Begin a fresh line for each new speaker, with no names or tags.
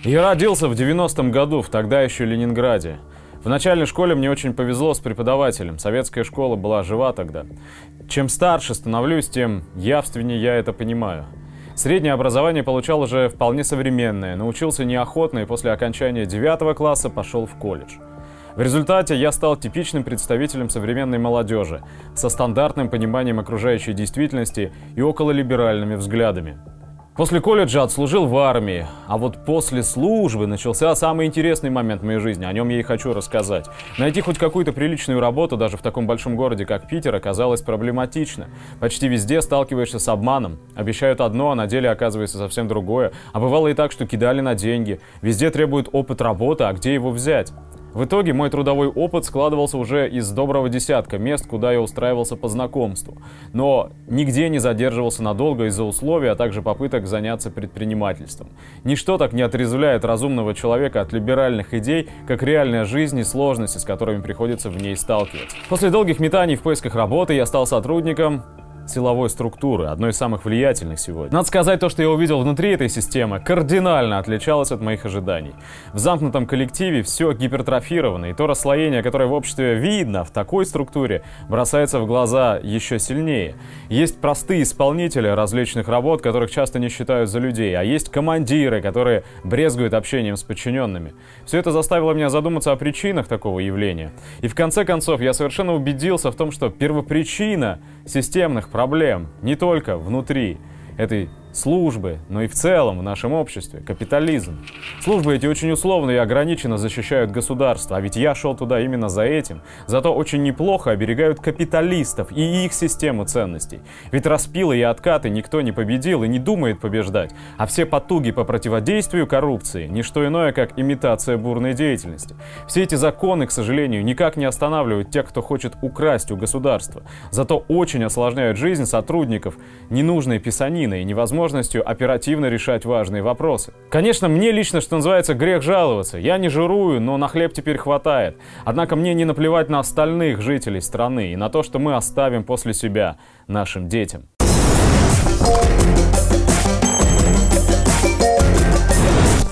Я родился в 90-м году, в тогда еще Ленинграде. В начальной школе мне очень повезло с преподавателем. Советская школа была жива тогда. Чем старше становлюсь, тем явственнее я это понимаю. Среднее образование получал уже вполне современное. Научился неохотно и после окончания 9 класса пошел в колледж. В результате я стал типичным представителем современной молодежи, со стандартным пониманием окружающей действительности и окололиберальными взглядами. После колледжа отслужил в армии, а вот после службы начался самый интересный момент в моей жизни, о нем я и хочу рассказать. Найти хоть какую-то приличную работу даже в таком большом городе, как Питер, оказалось проблематично. Почти везде сталкиваешься с обманом. Обещают одно, а на деле оказывается совсем другое. А бывало и так, что кидали на деньги. Везде требуют опыт работы, а где его взять? В итоге мой трудовой опыт складывался уже из доброго десятка мест, куда я устраивался по знакомству. Но нигде не задерживался надолго из-за условий, а также попыток заняться предпринимательством. Ничто так не отрезвляет разумного человека от либеральных идей, как реальная жизнь и сложности, с которыми приходится в ней сталкиваться. После долгих метаний в поисках работы я стал сотрудником силовой структуры, одной из самых влиятельных сегодня. Надо сказать, то, что я увидел внутри этой системы, кардинально отличалось от моих ожиданий. В замкнутом коллективе все гипертрофировано, и то расслоение, которое в обществе видно в такой структуре, бросается в глаза еще сильнее. Есть простые исполнители различных работ, которых часто не считают за людей, а есть командиры, которые брезгуют общением с подчиненными. Все это заставило меня задуматься о причинах такого явления. И в конце концов я совершенно убедился в том, что первопричина системных проблем не только внутри этой службы, но и в целом в нашем обществе. Капитализм. Службы эти очень условно и ограниченно защищают государство, а ведь я шел туда именно за этим. Зато очень неплохо оберегают капиталистов и их систему ценностей. Ведь распилы и откаты никто не победил и не думает побеждать, а все потуги по противодействию коррупции – не что иное, как имитация бурной деятельности. Все эти законы, к сожалению, никак не останавливают тех, кто хочет украсть у государства. Зато очень осложняют жизнь сотрудников ненужной писаниной и невозможностью оперативно решать важные вопросы. Конечно, мне лично, что называется, грех жаловаться. Я не жирую, но на хлеб теперь хватает. Однако мне не наплевать на остальных жителей страны и на то, что мы оставим после себя нашим детям.